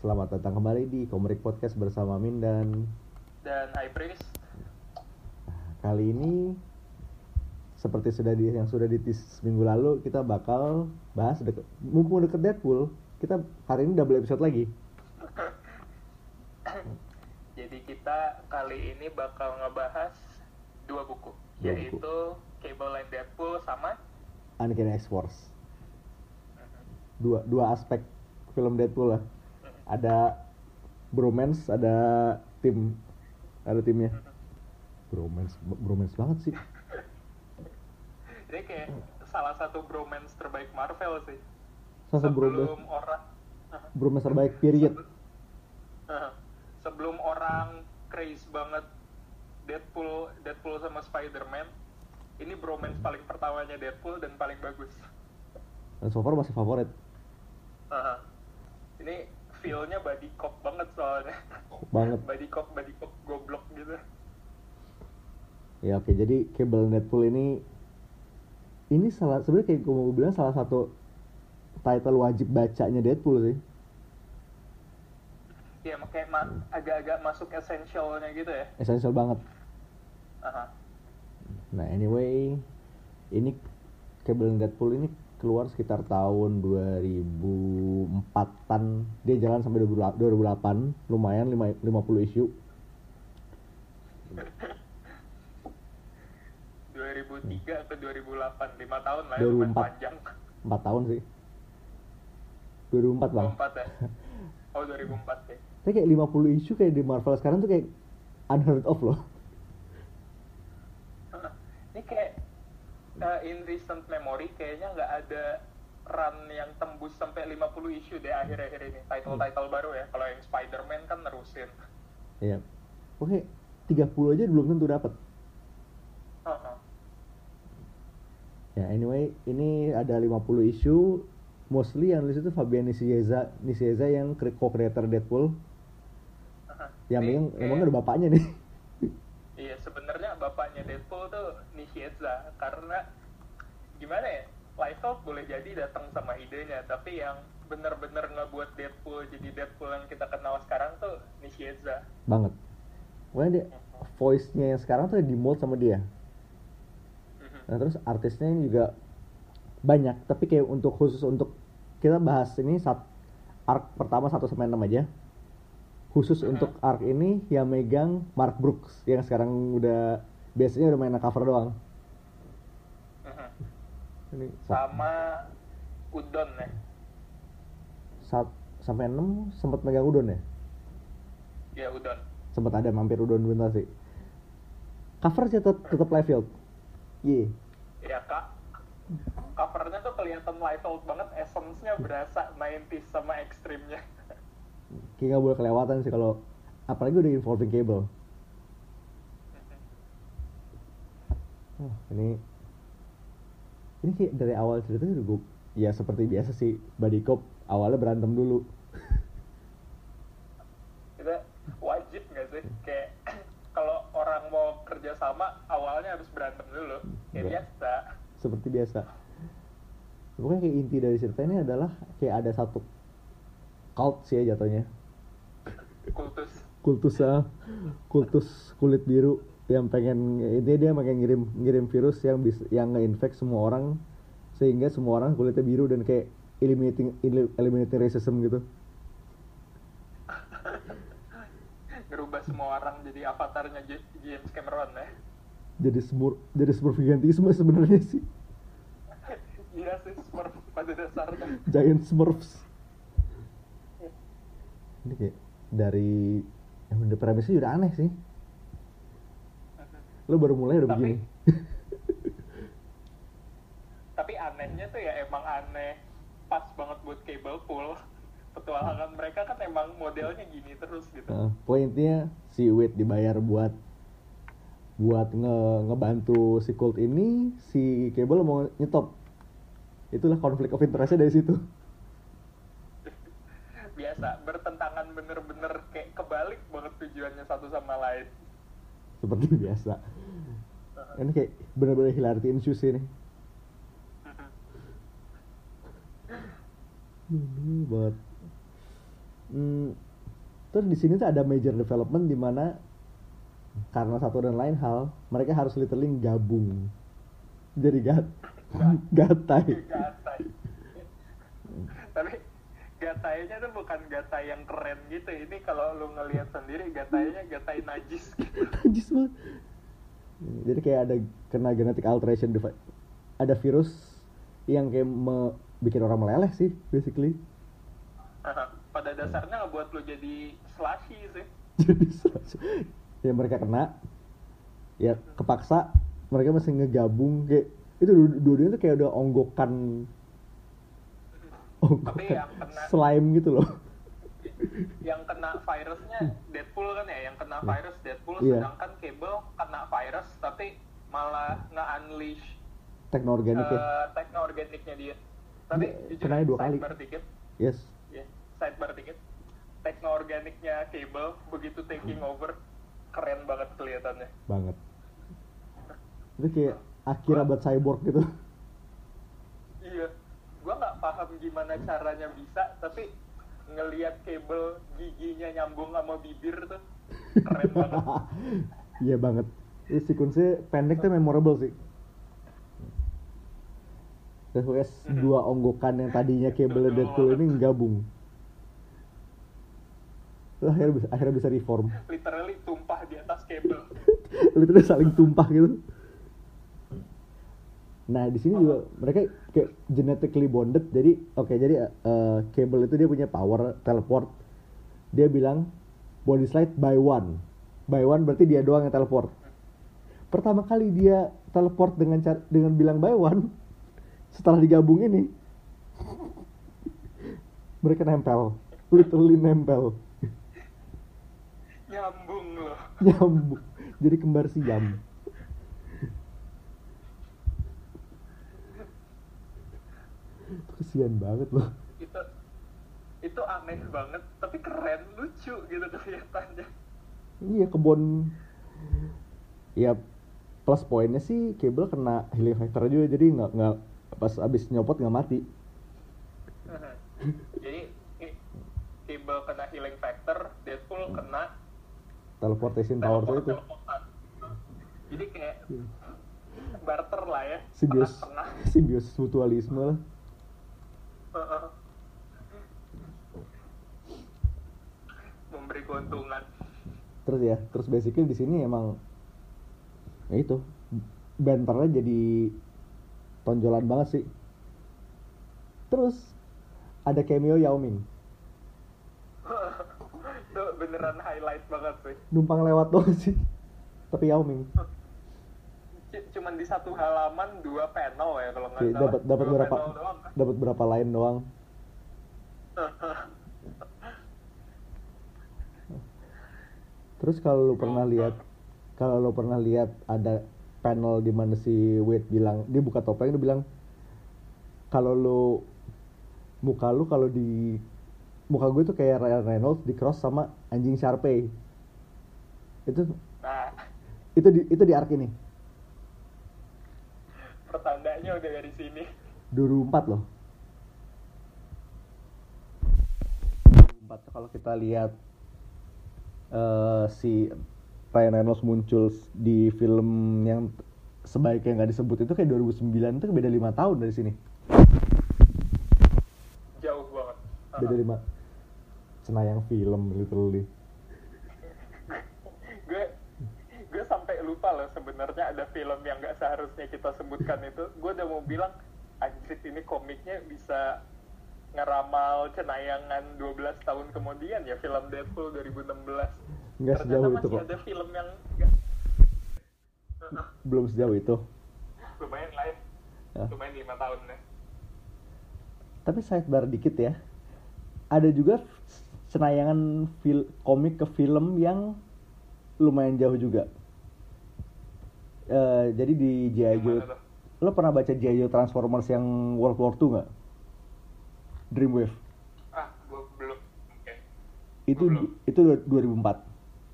Selamat datang kembali di Komrik Podcast bersama Min dan Ibris. Kali ini seperti yang sudah ditis minggu lalu, kita bakal bahas mumpung deket Deadpool, kita hari ini double episode lagi. Jadi kita kali ini bakal ngebahas dua buku, yaitu Cable and Deadpool sama Uncanny X-Force. Dua aspek film Deadpool lah. Ada bromance, ada timnya. Bromance banget sih. Ini kayak salah satu bromance terbaik Marvel sih. Bromance terbaik period. Sebelum orang craze banget Deadpool sama Spider-Man, ini bromance paling pertamanya Deadpool dan paling bagus. Dan so far masih favorit. Ini feel-nya buddy cop banget soalnya. Banget. buddy cop goblok gitu. Ya oke, jadi Cable Deadpool ini sebenarnya kayak gue mau bilang salah satu title wajib bacanya Deadpool sih. Iya, makanya agak-agak masuk essentialnya gitu ya. Essential banget. Nah anyway, ini Cable Deadpool ini keluar sekitar tahun 2004-an. Dia jalan sampai 2008, lumayan 50 isu. 2003 atau 2008, 5 tahun lah ya, 2004. panjang. 4 tahun sih. 2004 bang. 2004 ya? Oh 2004 ya. Tapi kayak 50 isu kayak di Marvel sekarang tuh kayak unheard of loh. Ini kayak in recent memory kayaknya nggak ada run yang tembus sampai 50 isu deh akhir-akhir ini. Title baru ya. Kalau yang Spider-Man kan nerusin. Iya. Oke, 30 aja belum tentu dapat. Ya anyway, ini ada 50 isu. Mostly yang nulis itu Fabian Nicieza yang co-creator Deadpool. Yang emang ada bapaknya nih. Iya, sebenarnya bapaknya Deadpool tuh Nicieza, karena gimana ya, Liefeld boleh jadi datang sama idenya, tapi yang bener-bener ngebuat Deadpool jadi Deadpool yang kita kenal sekarang tuh Nicieza. Banget. Pokoknya dia voice-nya yang sekarang tuh di mold sama dia. Nah terus artisnya ini juga banyak, tapi kayak khusus untuk kita bahas ini arc pertama 1-6 aja. Khusus untuk arc ini yang megang Mark Brooks yang sekarang biasanya udah main cover doang. Ini sama Udon ya. Sampai 6 sempat megang Udon ya? Ya Udon. Sempat ada mampir Udon bentar sih. Cover sih tetap Liefeld. Ya kak. Covernya tuh kelihatan Liefeld banget, essence-nya berasa 90s sama ekstrimnya. Kayak nggak boleh kelewatan sih kalau apalagi udah involving Cable. Ini kayak dari awal ceritanya udah ya seperti biasa sih, buddy cop awalnya berantem dulu. Itu wajib nggak sih? Kayak kalau orang mau kerja sama awalnya harus berantem dulu. Kayak biasa. Seperti biasa. Pokoknya kayak inti dari cerita ini adalah kayak ada satu cult sih ya jatuhnya. Kultus kulit biru yang pengen dia ngirim virus yang nge-infect semua orang sehingga semua orang kulitnya biru dan kayak eliminating racism gitu. Ngerubah semua orang jadi avatarnya James Cameron ya. Jadi Smurfigantisme sebenarnya sih. Iya sih, Smurf pada dasarnya. Giant Smurfs. Ini kayak dari yang premisnya udah aneh sih. Lo baru mulai udah begini. Tapi anehnya tuh ya emang aneh, pas banget buat Cable Pool. Petualangan mereka kan emang modelnya gini terus gitu. Poinnya si Wade dibayar buat ngebantu si Colt ini, si Cable mau nyetop. Itulah konflik of interest-nya dari situ. Biasa, bertentangan bener-bener kayak kebalik banget tujuannya satu sama lain. Seperti biasa. Ini kayak bener-bener hilarity issues ini. Ini banget. Terus di sini tuh ada major development di mana karena satu dan lain hal mereka harus literally gabung jadi gatai. Tapi gatainya tuh bukan gatai yang keren gitu. Ini kalau lu ngelihat sendiri gatainya gatai najis gitu. Najis banget. Jadi kayak ada kena genetic alteration, ada virus yang kayak bikin orang meleleh sih basically. Pada dasarnya ngebuat lu jadi slushy sih. Jadi ya mereka kena, ya kepaksa mereka masih ngegabung kayak itu dua-duanya tuh kayak udah onggokan tapi yang kena slime gitu loh. Yang kena virusnya Deadpool kan ya, yang kena virus Deadpool, sedangkan Cable kena virus tapi malah nge-unleash teknoorganik teknoorganiknya dia. Tapi jujur kena 2 kali. Dikit. Yes. Sidebar dikit. Teknoorganiknya Cable begitu taking over keren banget kelihatannya. Banget. Itu kayak akhirnya buat cyborg gitu. Iya. Gua nggak paham gimana caranya bisa, tapi ngelihat Cable giginya nyambung sama bibir tuh keren banget. Iya banget. Ini sequence pendek tuh memorable sih. Terus dua onggokan yang tadinya Cable dan Deadpool ini gabung. Akhirnya bisa reform. Literally tumpah di atas Cable. Literally saling tumpah gitu. Nah di sini juga mereka kayak genetically bonded. Jadi jadi Cable itu dia punya power teleport. Dia bilang body slide by one berarti dia doang yang teleport. Pertama kali dia teleport dengan bilang by one, setelah digabung ini mereka nempel, literally nempel. Nyambung jadi kembar siam. Kesian banget loh. Itu aneh banget tapi keren, lucu gitu kelihatannya. Iya, kebon. Ya plus poinnya sih Cable kena healing factor juga, jadi nggak pas abis nyopot nggak mati. Jadi Cable kena healing factor, Deadpool kena teleportation power tuh itu. Jadi kayak barter lah ya. Simbiosis mutualisme lah. Memberi keuntungan. Terus basically di sini emang ya itu banternya jadi tonjolan banget sih. Terus ada cameo Yao Ming. Itu beneran highlight banget sih. Numpang lewat doang sih. Tapi Yao Ming. Cuman di satu halaman 2 panel ya kalau nggak salah. Dapat berapa line doang. Terus kalau lo pernah lihat ada panel di mana si Wade bilang, dia buka topeng, dia bilang muka gue tuh kayak Ryan Reynolds di cross sama anjing Sharpei. Itu di arc ini. Pertandanya udah dari sini. 2004 loh. Kalau kita lihat si Ryan Reynolds muncul di film yang sebaiknya nggak disebut itu kayak 2009, itu beda 5 tahun dari sini. Jauh banget. Beda 5. Cenayang film literally. gue sampai lupa loh sebenarnya ada film yang nggak seharusnya kita sebutkan itu. Gue udah mau bilang anjir ini komiknya bisa ngeramal cenayangan 12 tahun kemudian ya, film Deadpool 2016. Nggak sejauh itu kok. Ada film yang belum sejauh itu. Lumayan lah ya. Lumayan 5 tahun ya. Tapi sidebar dikit ya. Ada juga cenayangan komik ke film yang lumayan jauh juga. Jadi di G.I. Joe, lo pernah baca G.I. Joe Transformers yang World War II nggak? Dreamwave. Belum. Okay. Itu 2004.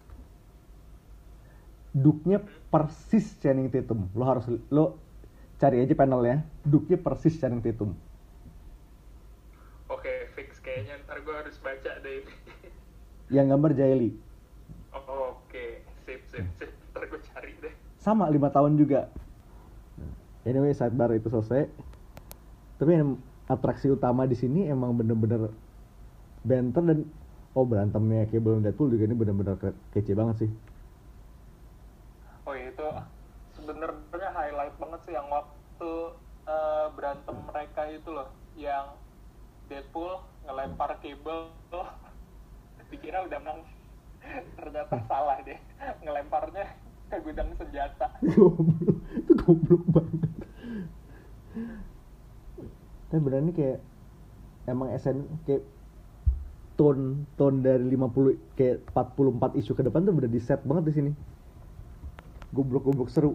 Duke-nya persis Channing Tatum. Lo cari aja panelnya. Duke-nya persis Channing Tatum. Oke, fix kayaknya ntar gue harus baca deh ini. Yang gambar Jaeli. Oke, sip. Ntar gue cari deh. Sama 5 tahun juga. Anyway, sidebar itu selesai. Tapi yang atraksi utama di sini emang bener-bener banter dan berantemnya Cable dan Deadpool juga ini bener-bener kece banget sih. Oh iya, itu sebenarnya highlight banget sih yang waktu berantem mereka itu loh, yang Deadpool ngelempar Cable dikira udah menang, ternyata salah deh, ngelemparnya ke gudang senjata. Itu goblok banget. Tapi bener ini kayak emang kayak tone dari 50 kayak 44 isu ke depan tuh udah di set banget di sini. Goblok seru.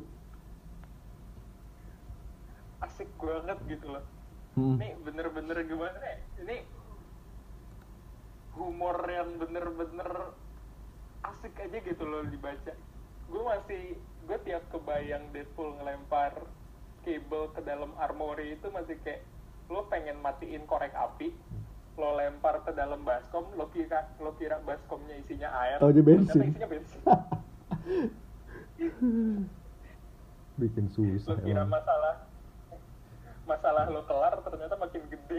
Asik banget gitu loh. Ini bener-bener gimana ya? Ini humor yang bener-bener asik aja gitu loh dibaca. Gue tiap kebayang Deadpool ngelempar Cable ke dalam armory itu masih kayak lo pengen matiin korek api, lo lempar ke dalam baskom, lo kira baskomnya isinya air, aja bensin. ternyata isinya bensin. Bikin susah. Lo kira masalah lo kelar, ternyata makin gede.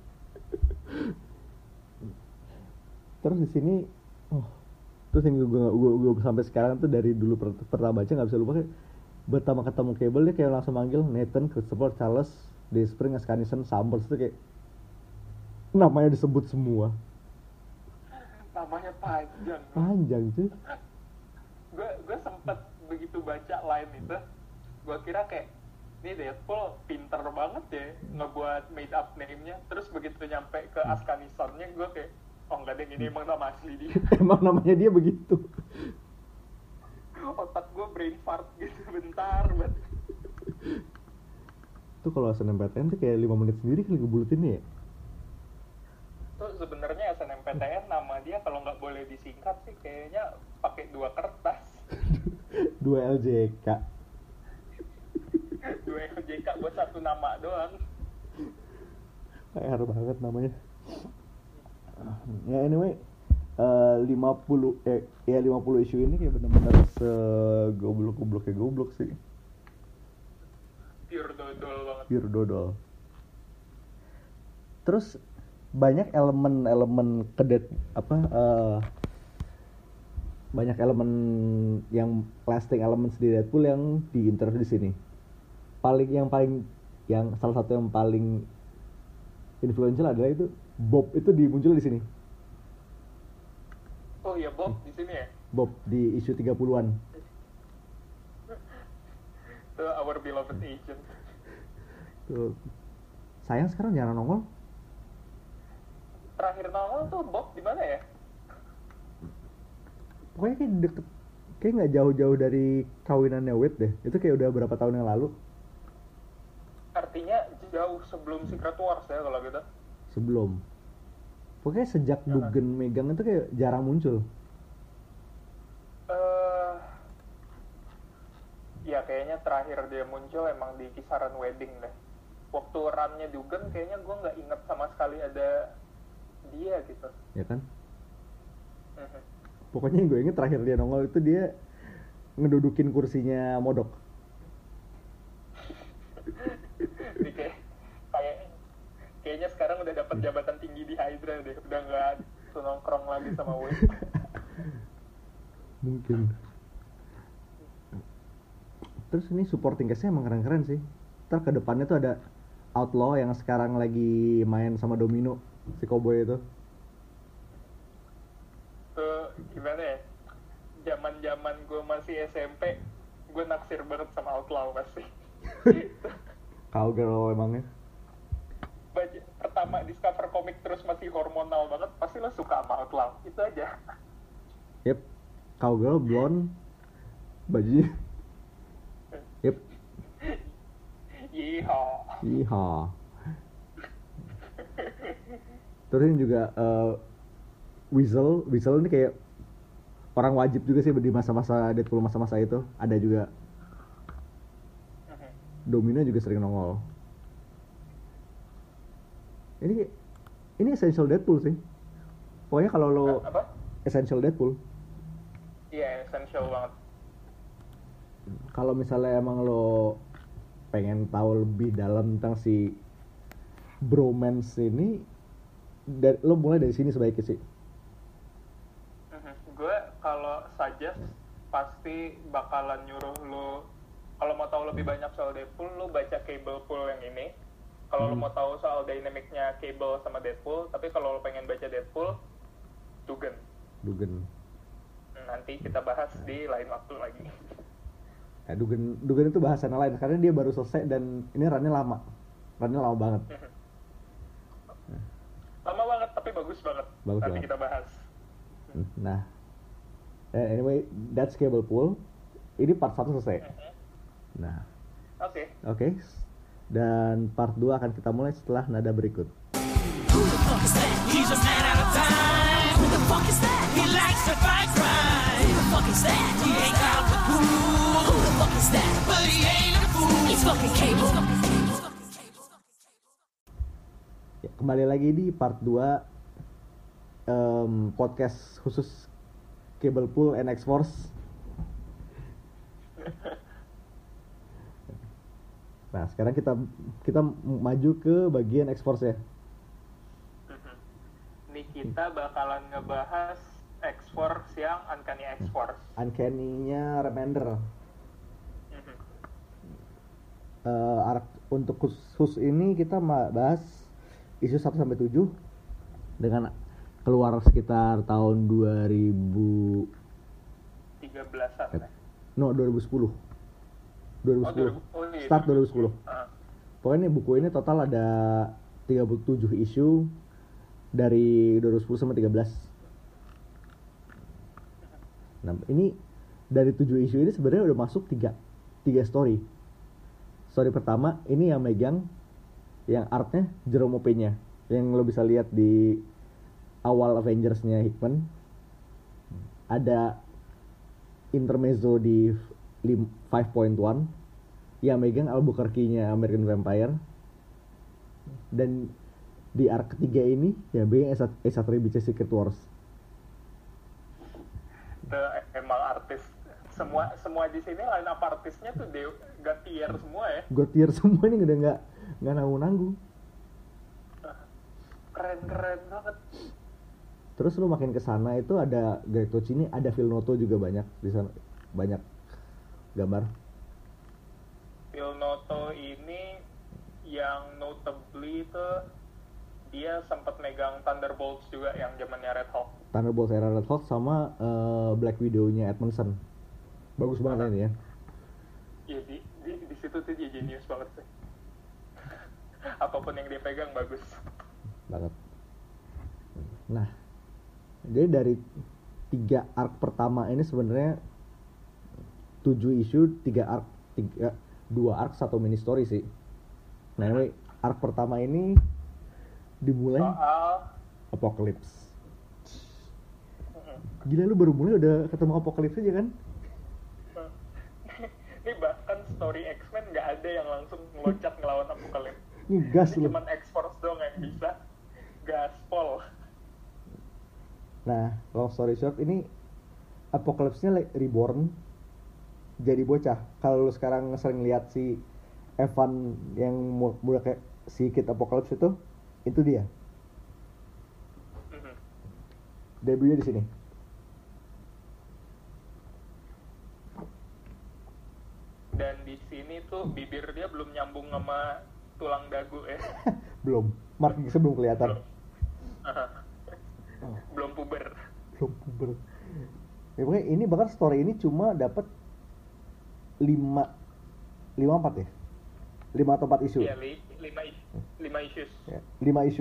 Terus di sini terus yang gue sampai sekarang tuh dari dulu pertama baca nggak bisa lupa, kayak pertama ketemu Cable dia kayak langsung manggil Nathan, Christopher, Charles, Despring, Ascanison, Summers, tuh kayak namanya disebut semua. Namanya panjang sih. Gue sempet begitu baca line itu, gue kira kayak ini Deadpool pinter banget ya ngebuat made up name-nya. Terus begitu nyampe ke Ascanison-nya, gue kayak enggak deh, ini emang nama asli dia. Emang namanya dia begitu. Otak gue brain fart gitu bentar banget. Tuh kalau SNMPTN tuh kayak 5 menit sendiri kali ngebulutinnya ya. Tuh sebenarnya SNMPTN nama dia kalau nggak boleh disingkat sih kayaknya pakai 2 kertas. 2 LJK. 2 LJK buat 1 nama doang. PR banget namanya. Ya anyway, 50 isu ini kayak benar-benar segoblok-gobloknya goblok sih. Pure dodol banget. Pure dodol. Terus banyak elemen banyak elemen yang lasting elements di Deadpool yang diintroduce di sini. Yang salah satu yang paling influential adalah itu Bob, itu dimuncul di sini. Oh iya, Bob di sini ya? Bob di isu 30-an. Our beloved agent. Tuh. Sayang sekarang jarang nongol. Terakhir nongol tuh Bob di mana ya? Pokoknya kayak deket, kayak nggak jauh-jauh dari kawinannya Wade deh. Itu kayak udah berapa tahun yang lalu. Artinya jauh sebelum Secret Wars ya kalau gitu. Sebelum. Pokoknya sejak Dugan megang itu kayak jarang muncul. Ya kayaknya terakhir dia muncul emang di kisaran wedding deh. Waktu run-nya Dugan kayaknya gue nggak inget sama sekali ada dia gitu. Ya kan? Pokoknya yang gue inget terakhir dia nongol itu dia ngedudukin kursinya Modok. Ini kayaknya sekarang udah dapat jabatan tinggi di Hydra deh, udah nggak nongkrong lagi sama Wade. Mungkin. Terus ini supporting cast-nya emang keren-keren sih. Ntar ke depannya tuh ada Outlaw yang sekarang lagi main sama Domino, si cowboy itu. Tuh gimana ya, zaman gue masih SMP, gue naksir banget sama Outlaw pasti. Cowgirl emangnya. Pertama discover komik terus masih hormonal banget, pasti lo suka sama Outlaw, itu aja. Yep, cowgirl, blonde, bajunya. Yep. Yeehaw. Terus ini juga Weasel ini kayak orang wajib juga sih di masa-masa Deadpool, masa-masa itu ada juga. Domino juga sering nongol. Ini essential Deadpool sih. Pokoknya kalau lo essential Deadpool. Iya, essential banget. Kalau misalnya emang lo pengen tahu lebih dalam tentang si bromance ini, lo mulai dari sini sebaiknya sih. Gue kalau suggest pasti bakalan nyuruh lo, kalau mau tahu lebih banyak soal Deadpool, lo baca Cable Pull yang ini. Kalau lo mau tahu soal dinamiknya Cable sama Deadpool, tapi kalau lo pengen baca Deadpool, Dugan. Nanti kita bahas di lain waktu lagi. Ya, Dugan itu bahasan lain karena dia baru selesai dan ini runnya lama banget. Lama banget tapi bagus banget. Nanti kita bahas. Nah, anyway, that's Cable Pull. Ini part 1 selesai. Nah, oke. Dan part 2 akan kita mulai setelah nada berikut. Who the fuck is that? He's a man out of time. Who the fuck is that? He likes to fight crime. Who the fuck is that? He ain't out the pool. Who the fuck is that? But he ain't a fool. He's fucking Cable. Ya, kembali lagi di part 2 podcast khusus Cable Pull and X-Force. Nah, sekarang kita maju ke bagian X-Force ya. Ini kita bakalan ngebahas X-Force yang Uncanny X-Force. Uncanny-nya Remender. Untuk khusus ini kita bahas isu 1-7 dengan keluar sekitar tahun 2013-an ya? No, 2010. Start 2010. Pokoknya buku ini total ada 37 isu dari 2010 sampai 13. Nah, ini dari 7 isu ini sebenarnya udah masuk 3 story. Story pertama ini yang megang yang artnya Jerome Ope-nya, yang lo bisa lihat di awal Avengers-nya Hickman. Ada intermezzo di 5.1 yang megang Albuquerque-nya American Vampire, dan di arc ketiga ini yang megang Esa Tribice Secret Wars. Emang artis semua di sini line up artisnya tuh Gautier semua ya. Gautier semua ini udah nggak nanggung. Keren banget. Terus lu makin kesana itu ada Greg Tocini, ada Phil Noto juga banyak di sana, banyak gambar. Phil Noto ini yang notably itu dia sempat megang Thunderbolts juga yang zamannya Red Hawk. Thunderbolts era Red Hawk sama Black Widow-nya Edmondson. Bagus banget ini ya. Iya, di situ tuh dia jenius banget sih. Apapun yang dia pegang bagus banget. Nah, jadi dari 3 arc pertama ini sebenarnya 7 isu, 2 arc 1 mini story sih. Nah, anyway, arc pertama ini dimulai soal Apocalypse. Gila, lu baru mulai udah ketemu Apocalypse aja kan? Ini bahkan story X-Men nggak ada yang langsung meloncat ngelawan Apocalypse. Ini gas lu. Cuman X-Force doang yang bisa gaspol. Nah, long story short, ini Apocalypse-nya reborn jadi bocah. Kalau lu sekarang sering lihat si Evan yang muda kayak si Kid Apocalypse itu dia. Debutnya di sini. Dan di sini tuh bibir dia belum nyambung sama tulang dagu ya. Belum. Mark Giggs belum kelihatan. Belum puber. Ya, pokoknya ini bahkan story ini cuma dapat 5 ya? 5 atau 4 isu? Iya, 5 issues. Ya, 5 isu.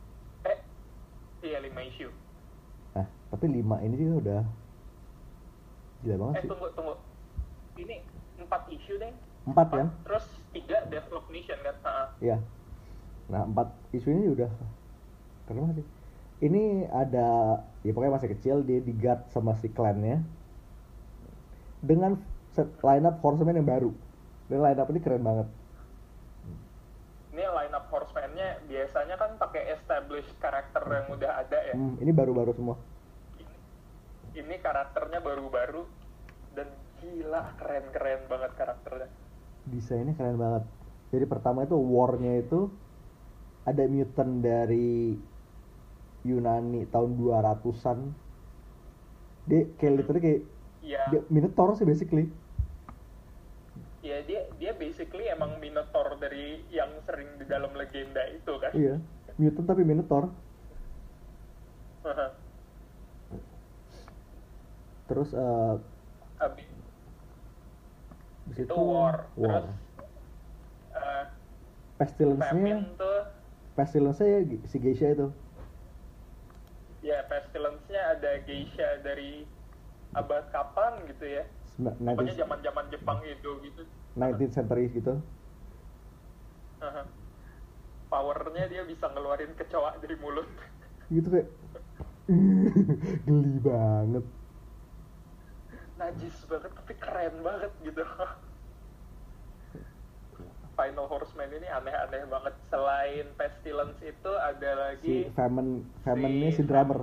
Iya, 5 isu. Nah, tapi 5 ini juga udah gila banget sih. Tunggu. Ini 4 isu deh. 4 kan? Terus 3 Deathlock Mission kan? Iya. Nah, 4 isu ini udah keren banget sih. Ini ada, ya pokoknya masih kecil, dia di guard sama si clan-nya dengan line up Horseman yang baru. Dan line up ini keren banget. Ini line up Horseman-nya biasanya kan pakai established karakter yang udah ada ya. Ini baru-baru semua. ini karakternya baru-baru dan gila keren banget karakternya. Desainnya keren banget. Jadi pertama itu war-nya itu ada mutant dari Yunani tahun 200-an. Dia kayak literally kayak Iya. dia Minotaur sih basically. Ya dia basically emang Minotaur dari yang sering di dalam legenda itu kan. Iya, mutant tapi Minotaur. Terus Habis itu itu war. Terus pestilence-nya famine tuh ya si Geisha itu. ya pestilence-nya ada geisha dari abad kapan gitu ya. Pokoknya 19th, zaman-zaman Jepang itu gitu. 19th century gitu. Powernya dia bisa ngeluarin kecoa dari mulut. Gitu kayak geli banget. Najis banget tapi keren banget gitu. Final Horseman ini aneh-aneh banget. Selain pestilence itu ada lagi Si famine-nya si drummer.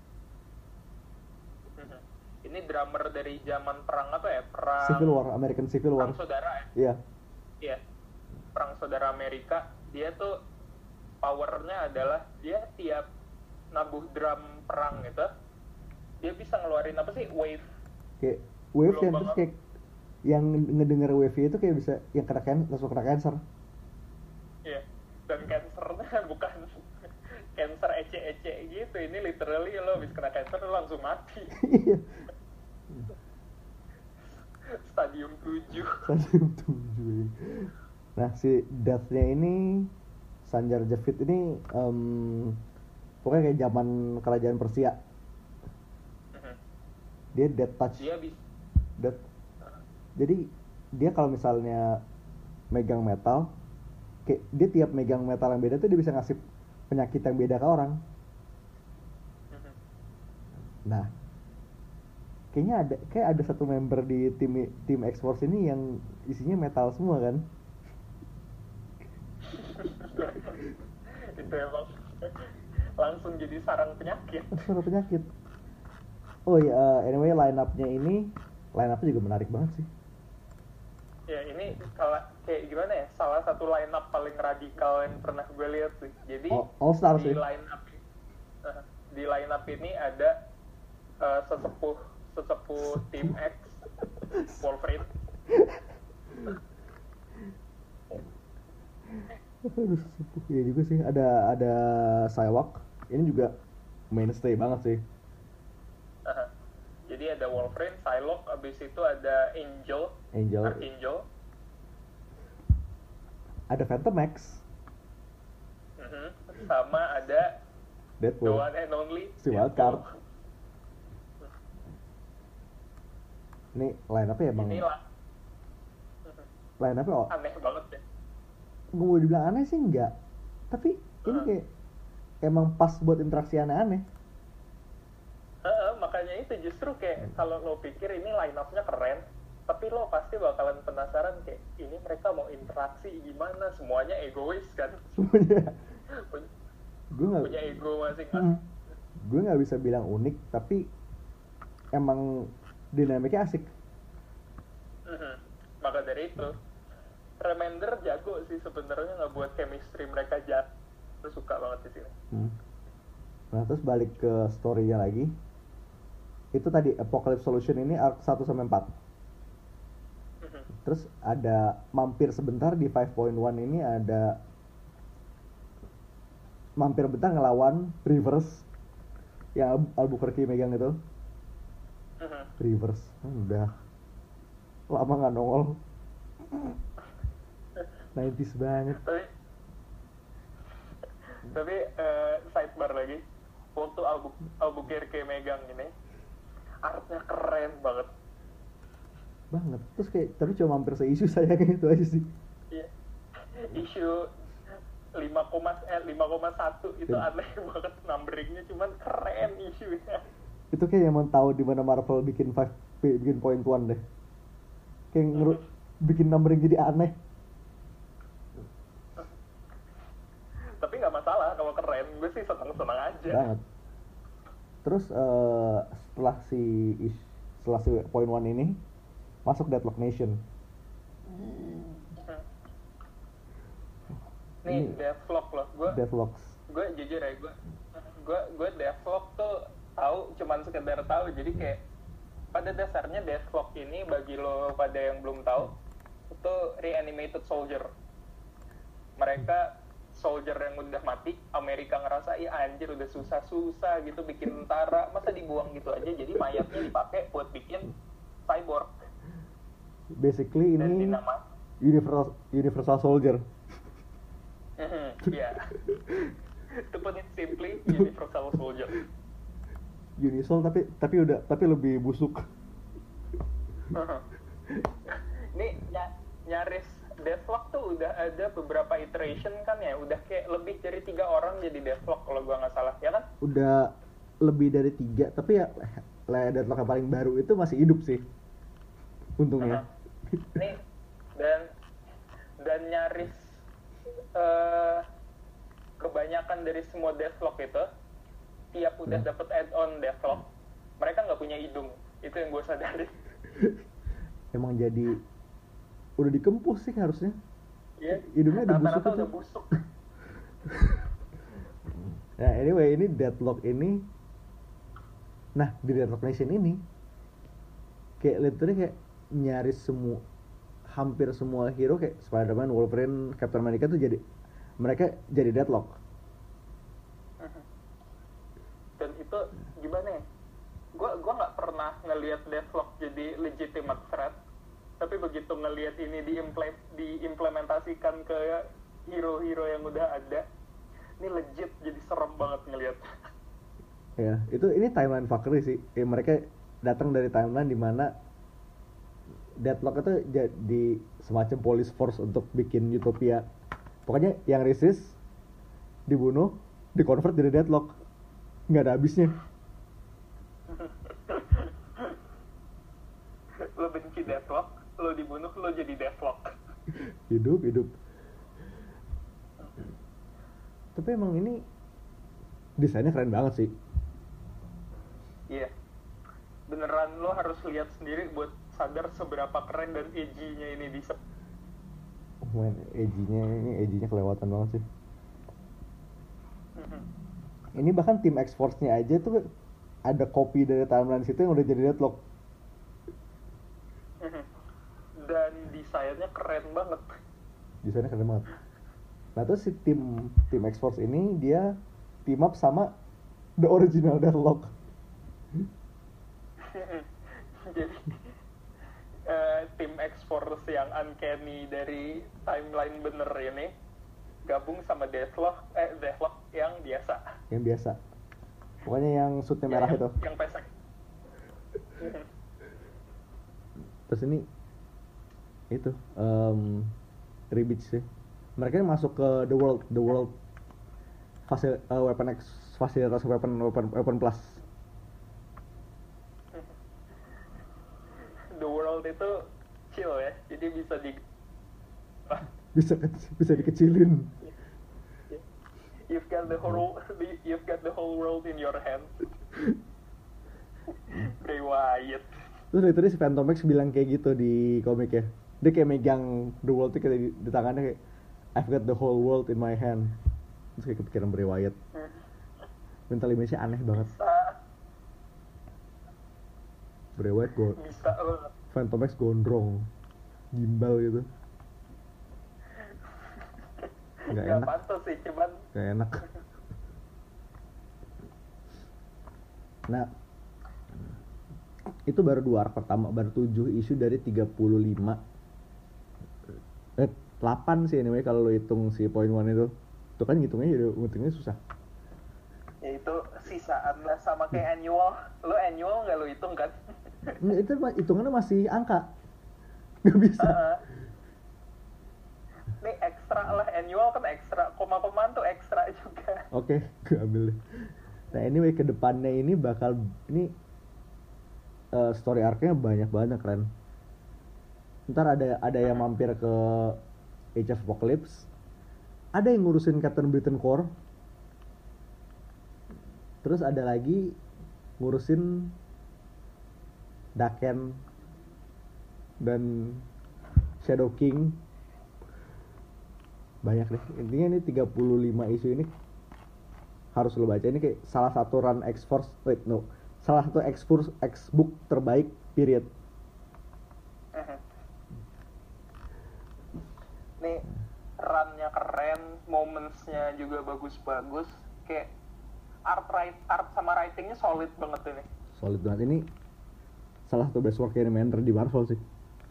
ini drummer dari zaman perang apa ya? Perang Civil War, American Civil War. Perang saudara ya? Iya. Iya. Perang saudara Amerika. Dia tuh powernya adalah dia tiap nabuh drum perang itu dia bisa ngeluarin apa sih? Wave. Kayak wave yang Gelombang terus kayak yang ngedenger wave itu kayak bisa yang langsung kena cancer. Iya. Dan cancernya bukan cancer ece-ece gitu. Ini literally lo habis kena cancer lo langsung mati. Iya. Stadium 7. Stadium 7. Nah, si Death-nya ini Sanjar Javid ini pokoknya kayak zaman kerajaan Persia. Dia Death Touch. Dia bisa Death. Jadi dia kalau misalnya megang metal, kayak dia tiap megang metal yang beda tuh dia bisa ngasih penyakit yang beda ke orang. Nah, kayaknya ada satu member di tim X-Force ini yang isinya metal semua kan? itu emang langsung jadi sarang penyakit. Sarang penyakit. Oh iya, anyway line up-nya juga menarik banget sih. Ya ini kalau kayak gimana ya, salah satu line up paling radikal yang pernah gue lihat sih. Jadi All Star di sih. line up ini ada sesepuh tim X Wolverine. Aduh, sepuh. Iya juga sih, ada Psylocke. Ini juga mainstay banget sih. Jadi ada Wolverine, Psylocke, abis itu ada Archangel. Ada Phantom X. Sama ada Deadpool. the one and only Si Wildcard. Ini line up-nya emang Inilah line up-nya aneh banget ya. gue mau dibilang aneh sih enggak, tapi ini kayak emang pas buat interaksi aneh-aneh. Makanya itu justru kayak kalau lo pikir ini line up-nya keren, tapi lo pasti bakalan penasaran kayak ini mereka mau interaksi gimana, semuanya egois kan. Semuanya Punya ego masing-masing. Gue nggak bisa bilang unik, tapi emang dinamiknya asik. Maka dari itu Remender jago sih sebenarnya nggak buat chemistry mereka jago. Gue suka banget di sini. Nah terus balik ke story-nya lagi. Itu tadi Apocalypse Solution ini arc 1 sampai 4. Terus ada mampir sebentar di 5.1 ini ada mampir bentar ngelawan Reverse yang Albuquerque megang itu. Reverse udah lama nggak nongol. 90s banget. Tapi sidebar lagi, waktu Albuquerque megang ini artnya keren banget. Terus kayak tapi cuma mampir se-isu sayangnya itu aja sih. Iya. Isu 5,1 itu aneh banget numberingnya, cuman keren isunya. Itu kayak yang mau tahu di mana Marvel bikin point one deh. Kayak bikin numbering jadi aneh. Tapi nggak masalah kalau keren, gue sih seneng aja. Banget. Terus setelah si Point One ini masuk Deadlock Nation. Nih Deathlock loh, Deathlocks. gue jujur ya, gue Deathlock tuh tahu, cuman sekedar tahu. Jadi kayak pada dasarnya Deathlock ini, bagi lo pada yang belum tahu, itu reanimated soldier. Mereka soldier yang udah mati, Amerika ngerasa anjir udah susah-susah gitu bikin tentara, masa dibuang gitu aja, jadi mayatnya dipakai buat bikin cyborg. Basically Dan ini dinamain universal soldier. ya, to put it simply, universal soldier. Unisol tapi lebih busuk. Ini nyaris Deathlock tuh udah ada beberapa iteration kan ya, udah kayak lebih dari 3 orang jadi Deathlock kalau gua nggak salah, ya kan? Udah lebih dari 3, tapi ya Deathlock yang paling baru itu masih hidup sih, untungnya. Nih, dan nyaris kebanyakan dari semua Deathlock itu tiap udah dapet add-on Deathlock, mereka nggak punya hidung. Itu yang gue sadari. Emang jadi udah dikempus sih harusnya. Iya. Hidungnya udah busuk. Rata-rata udah busuk. Nah anyway, ini Deathlock ini, nah di Deathlock Nation ini kayak literally kayak nyaris hampir semua hero kayak Spider-Man, Wolverine, Captain America tuh mereka jadi Deathlock. Dan itu gimana ya? Gua nggak pernah ngelihat Deathlock jadi legitimate threat, tapi begitu ngelihat ini diimplementasikan ke hero-hero yang udah ada, ini legit jadi serem banget ngelihat. Ya, ini timeline fuckery sih. Mereka datang dari timeline di mana Deathlock itu jadi semacam police force untuk bikin utopia. Pokoknya yang resist dibunuh, dikonvert jadi Deathlock. Nggak ada habisnya. Lo benci Deathlock, lo dibunuh, lo jadi Deathlock. hidup. Tapi emang ini desainnya keren banget sih. Iya. Beneran lo harus lihat sendiri buat sadar seberapa keren dan edgy-nya ini bisa. Edgy-nya kelewatan banget sih. Ini bahkan tim X-Force-nya aja tuh ada copy dari timeline situ yang udah jadi Deathlock. Dan desainnya keren banget. Nah terus si tim X-Force ini dia team up sama the original Deathlock. Jadi tim X-Force yang uncanny dari timeline bener ini gabung sama Deathlock yang biasa. Pokoknya yang suitnya merah itu. Yang pesek. Terus ini itu Rebirth sih. Mereka masuk ke the world weapon X, fasilitas weapon plus. The world itu chill ya, jadi bisa dikecilin. You've got the whole world in your hand. Bray Wyatt. Terus literally si Phantom X bilang kayak gitu di komik ya. Dia kayak megang the world tuh kayak di tangannya kayak I've got the whole world in my hand. Terus kayak kepikiran Bray Wyatt. Mental image-nya aneh banget. Bray Wyatt Phantom X gondrong, gimbal gitu. Nggak enak. Pantas sih, cuman Nggak enak. Nah, itu baru 2 arc pertama, baru 7 isu dari 35. 8 sih anyway kalau lo hitung si Point One itu. Itu kan ngitungnya susah. Ya itu sisaan lah, sama kayak annual. Lo annual nggak lo hitung kan? Itu hitungannya masih angka. Nggak bisa. Ini ekstra lah, annual kan ekstra, koma-komaan tuh ekstra juga. Oke, gue ambil deh. Nah anyway ke depannya ini story arc-nya banyak banget keren. Ntar ada yang mampir ke Age of Apocalypse, ada yang ngurusin Captain Britain Corps, terus ada lagi ngurusin Daken dan Shadow King. Banyak deh, intinya ini 35 isu ini harus lo baca. Ini kayak salah satu run X-Force, salah satu X-Force X-book terbaik period. Nih run-nya keren, moments-nya juga bagus-bagus, kayak art sama writing-nya solid banget ini. Solid banget, ini salah satu best work animator di Marvel sih.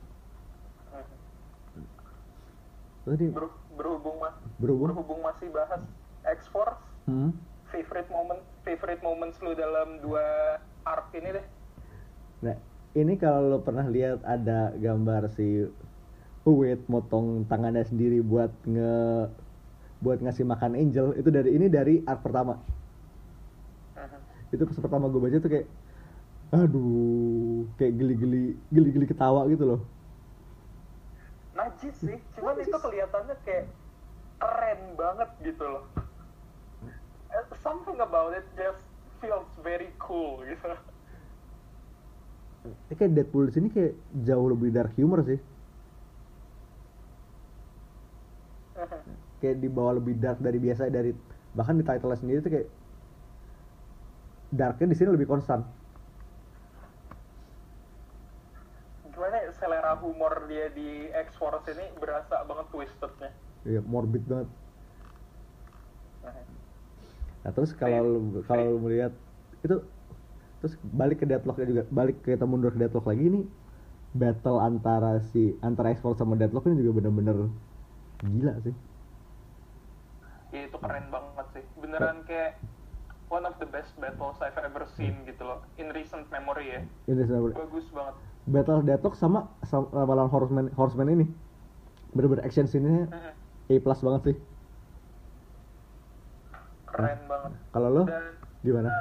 Tadi berhubung masih bahas X-Force, favorite moments lu dalam 2 arc ini deh. Nah, ini kalau lo pernah lihat ada gambar si Wade motong tangannya sendiri buat ngasih makan Angel, itu dari arc pertama. Itu pas pertama gue baca tuh kayak aduh, kayak geli-geli ketawa gitu loh. Najis sih, cuman itu kelihatannya kayak keren banget gitu loh. Something about it just feels very cool gitu. Kayak Deadpool di sini kayak jauh lebih dark humor sih. Kayak dibawa lebih dark dari biasa, bahkan di title sendiri tuh kayak darknya di sini lebih konstan. Gimana ya, selera humor dia di X-Force ini berasa banget twistednya. Iya, morbid banget. Nah terus kalau lu melihat itu, terus balik ke Deathlock-nya juga, kita mundur ke Deathlock lagi nih, battle antara X-Force sama Deathlock ini juga bener-bener gila sih. Iya itu keren banget sih, beneran kayak one of the best battles I've ever seen gitu loh, in recent memory ya. Bagus banget. Battle Deathlock sama lawan Horseman ini bener-bener action scene-nya A+ banget sih. Keren banget. Kalau lo gimana?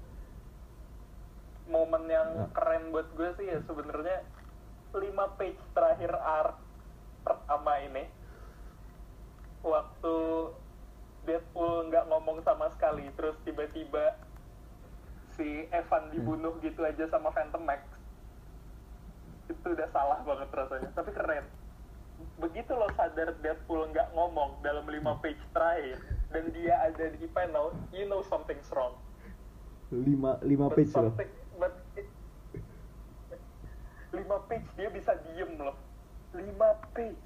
Momen yang keren buat gue sih ya sebenarnya 5 page terakhir arc pertama ini, waktu Deadpool nggak ngomong sama sekali, terus tiba-tiba si Evan dibunuh gitu aja sama Phantom Max. Itu udah salah banget rasanya, tapi keren. Begitu lo sadar Deadpool nggak ngomong dalam 5 page terakhir dan dia ada di panel, you know something's wrong. 5 page loh. 5 page dia bisa diem loh. 5 page.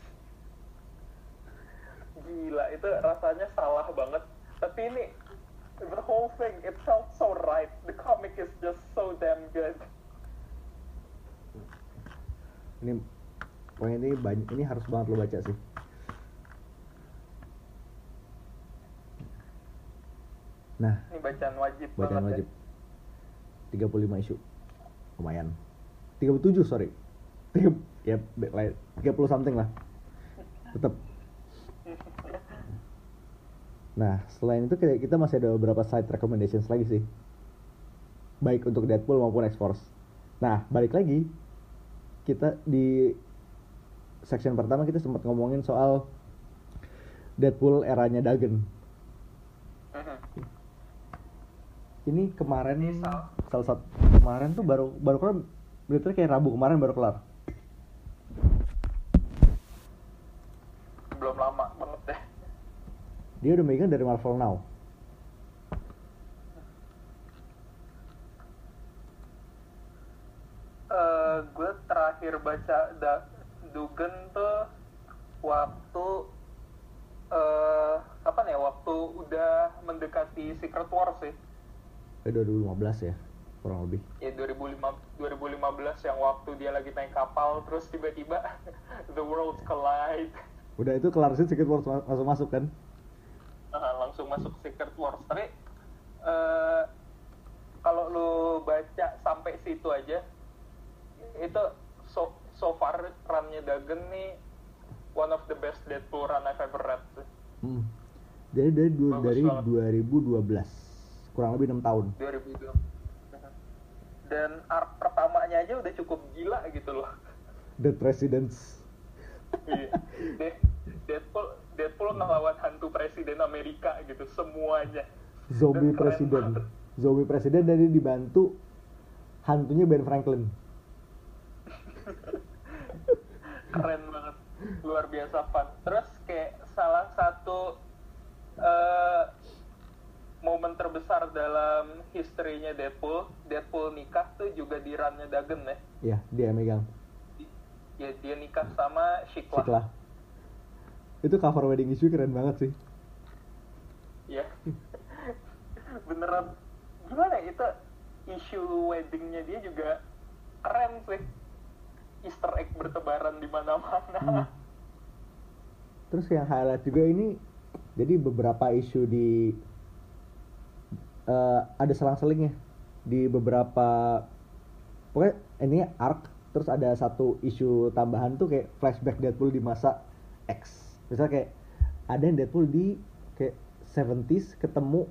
Gila, itu rasanya salah banget. Tapi ini, the whole thing, it felt so right. The comic is just so damn good. Ini pokoknya ini harus banget lo baca sih. Nah, ini bacaan wajib wajib. 35 isu. Lumayan. 37 sorry. 30 something lah. Tetap. Nah, selain itu kita masih ada beberapa side recommendations lagi sih. Baik untuk Deadpool maupun X-Force. Nah, balik lagi. Kita di section pertama kita sempat ngomongin soal Deadpool eranya Dagen. Ini kemarin salah satu kemarin tuh baru kelar, berarti kayak Rabu kemarin baru kelar. Belum lama banget deh. Dia udah megang dari Marvel Now. Gue terakhir baca Dugan tuh waktu waktu udah mendekati Secret Wars sih. 2015 ya, kurang lebih. Ya 2015 yang waktu dia lagi naik kapal terus tiba-tiba the worlds collide. Udah itu kelar sih Secret Wars masuk kan? Langsung masuk Secret Wars. Tapi kalau lu baca sampai situ aja, itu so far run-nya Dagen nih one of the best Deadpool run I've ever read. Jadi dari 2012, kurang lebih 6 tahun. 2012. Dan arc pertamanya aja udah cukup gila gitu loh. The Presidents. Iya. Deadpool ngelawan hantu presiden Amerika gitu semuanya. Zombie presiden. zombie presiden dan dia dibantu hantunya Ben Franklin. Keren banget, luar biasa fun. Terus kayak salah satu momen terbesar dalam historinya Deadpool nikah tuh juga di runnya Dagen ya. Iya, dia megang. Ya dia nikah sama Shiklah. Shiklah. Itu cover wedding issue keren banget sih. Iya. Beneran gimana ya, itu isu weddingnya dia juga keren sih. Easter egg bertebaran di mana-mana. Terus yang highlight juga ini, jadi beberapa isu di ada selang-selingnya di beberapa, pokoknya ini arc, terus ada satu isu tambahan tuh kayak flashback Deadpool di masa X. Misalnya kayak ada yang Deadpool di kayak 70s ketemu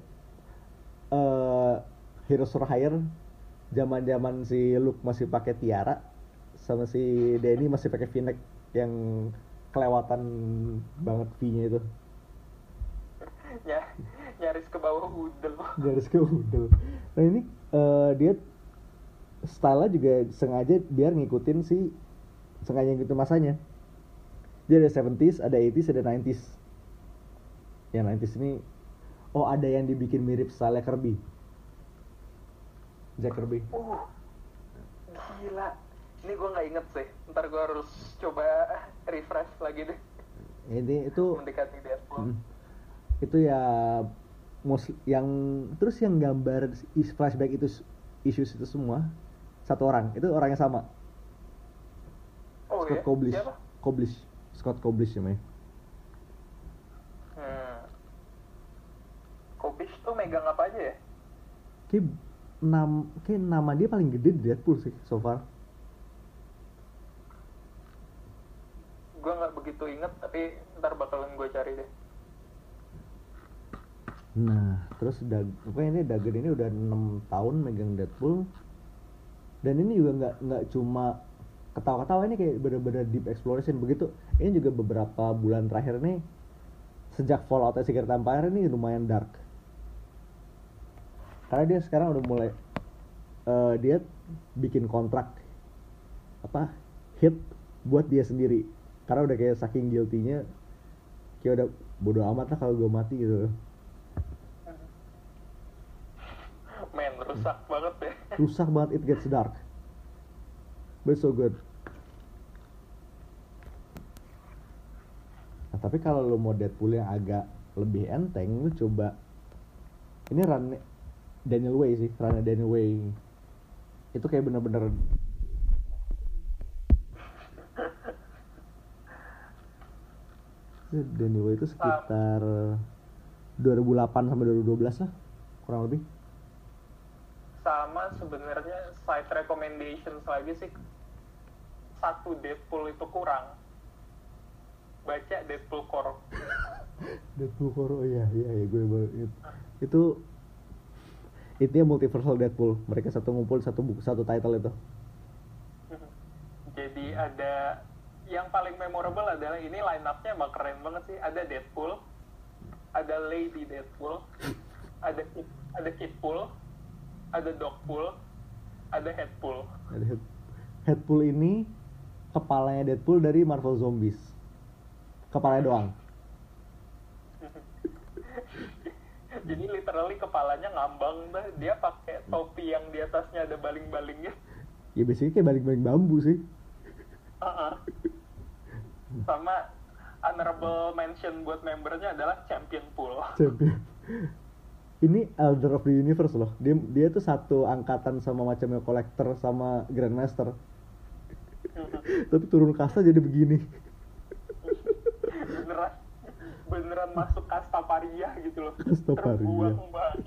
Heroes for Hire, zaman-zaman si Luke masih pakai tiara sama si Danny masih pakai V-neck yang kelewatan banget V-nya itu. Ya, nyaris ke bawah udel. Nyaris ke udel. Nah ini dia style-nya juga sengaja biar ngikutin masanya. Dia ada 70s, ada 80s, ada 90s. Yang 90s ini ada yang dibikin mirip style Kirby. Jack Kirby. Gila. Ini gue nggak inget sih. Ntar gue harus coba refresh lagi deh. Ini itu mendekati Deadpool. Itu ya yang terus yang gambar flashback itu issues itu semua satu orang, itu orangnya sama. Scott Koblish. Siapa? Scott Koblish namanya. Koblish tuh megang apa aja ya? Kayak nama dia paling gede di Deadpool sih so far. Gue nggak begitu inget, tapi ntar bakalan gue cari deh. Nah, terus pokoknya ini Dagen ini udah 6 tahun megang Deadpool. Dan ini juga nggak cuma ketawa-ketawa, ini kayak bener-bener deep exploration begitu. Ini juga beberapa bulan terakhir nih, sejak Fallout dan Secret Empire ini lumayan dark. Karena dia sekarang udah mulai dia bikin kontrak hit buat dia sendiri. Karena udah kayak saking guilty-nya, kayak udah bodo amat lah kalau gue mati gitu. Men, rusak banget ya. Rusak banget, it gets dark. But so good. Nah, tapi kalau lo mau Deadpool yang agak lebih enteng, lo coba ini run Daniel Way sih, run Daniel Way. Itu kayak bener-bener Daniel Way itu sekitar 2008 sampai 2012 lah, kurang lebih. Sama sebenarnya side recommendations lagi sih, satu Deadpool itu kurang. Baca Deadpool Core. Deadpool Core, iya gue baru itu ya multiversal Deadpool. Mereka ngumpul satu buku, satu title itu. Jadi ada yang paling memorable adalah ini line up-nya emang keren banget sih. Ada Deadpool, ada Lady Deadpool, ada Kidpool, ada Dogpool, ada Headpool. Headpool ini kepalanya Deadpool dari Marvel Zombies. Kepalanya doang. Jadi literally kepalanya ngambang dah. Dia pakai topi yang di atasnya ada baling-balingnya. Ya biasanya kayak baling-baling bambu sih. Sama honorable mention buat membernya adalah Champion Pool. Ini Elder of the Universe loh. Dia tuh satu angkatan sama macamnya Collector sama Grandmaster. Tapi turun kasta jadi begini. Beneran masuk kasta paria gitu loh. Kasta paria. Terbuang banget.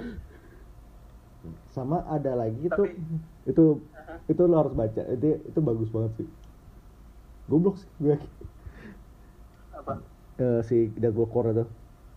Sama ada lagi itu lo harus baca. Itu bagus banget sih. Goblok sih gue. Apa? Si Deadpool Core itu.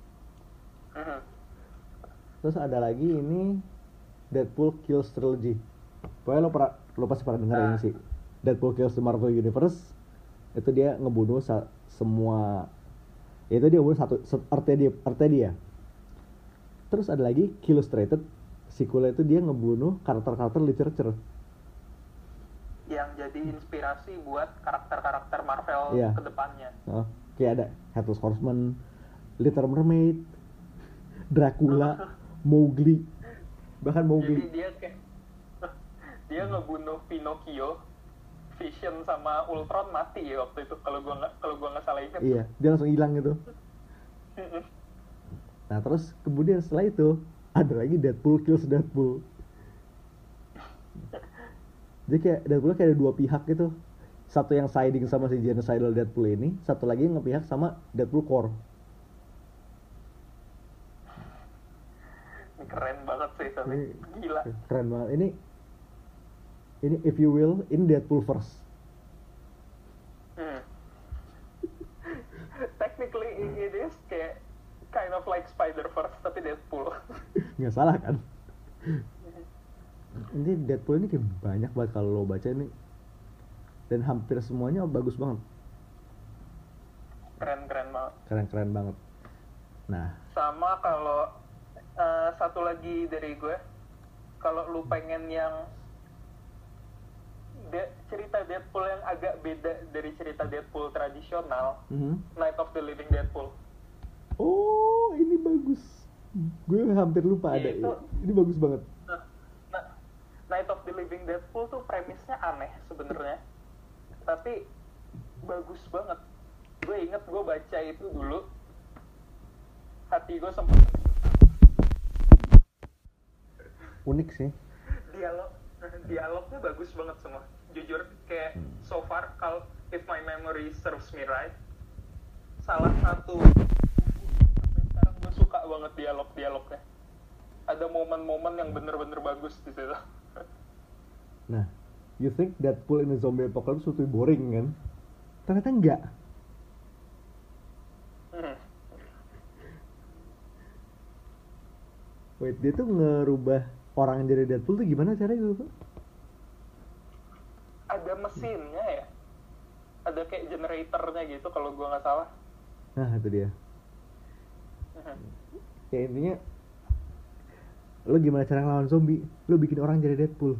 Terus ada lagi ini Deadpool Kills Trilogy. Pokoknya lo pasti pernah dengar ini sih. Deadpool Kills the Marvel Universe. Itu dia ngebunuh semua. Itu dia bunuh satu Artedia. Terus ada lagi Kill Illustrated sequel itu dia ngebunuh karakter-karakter literature. Yang jadi inspirasi buat karakter-karakter Marvel Iya. ke depannya. Kayak ada Headless Horseman, Little Mermaid, Dracula, Mowgli, bahkan Jadi Mowgli. dia ngebunuh Pinocchio, Vision sama Ultron mati ya waktu itu kalau gua nggak salah ingat. Iya, dia langsung hilang gitu. Nah terus kemudian setelah itu ada lagi Deadpool kills Deadpool. Jadi kayak Deadpool kayak ada dua pihak gitu. Satu yang siding sama si genocidal Deadpool ini, satu lagi yang ngepihak sama Deadpool core. Ini keren banget sih tapi gila. Keren banget. Ini if you will, ini Deadpool first. Technically it is kayak kind of like Spider-Verse tapi Deadpool. Nggak salah kan? Ini Deadpool ini kayak banyak banget kalau lo baca ini, dan hampir semuanya bagus banget. Keren banget. Keren banget. Nah, Sama kalau satu lagi dari gue, kalau lu pengen yang cerita Deadpool yang agak beda dari cerita Deadpool tradisional, Night of the Living Deadpool. Oh, ini bagus. Gue hampir lupa ada. Ini bagus banget. Night of the Living Deadpool tuh premisnya aneh sebenarnya, tapi bagus banget. Gue inget gue baca itu dulu, hati gue sempet Unik sih. Dialognya bagus banget semua. Jujur kayak so far kalau if my memory serves me right, salah satu sampai sekarang gue suka banget dialognya. Ada momen-momen yang bener-bener bagus di situ. Nah, you think Deadpool in a zombie apocalypse would be boring kan? Ternyata enggak. Wait, dia tuh ngerubah orang yang jadi Deadpool tuh gimana caranya gitu? Ada mesinnya ya, ada kayak generatornya gitu kalau gue nggak salah. Nah, itu dia. Ya intinya, lo gimana cara ngelawan zombie? Lo bikin orang jadi Deadpool.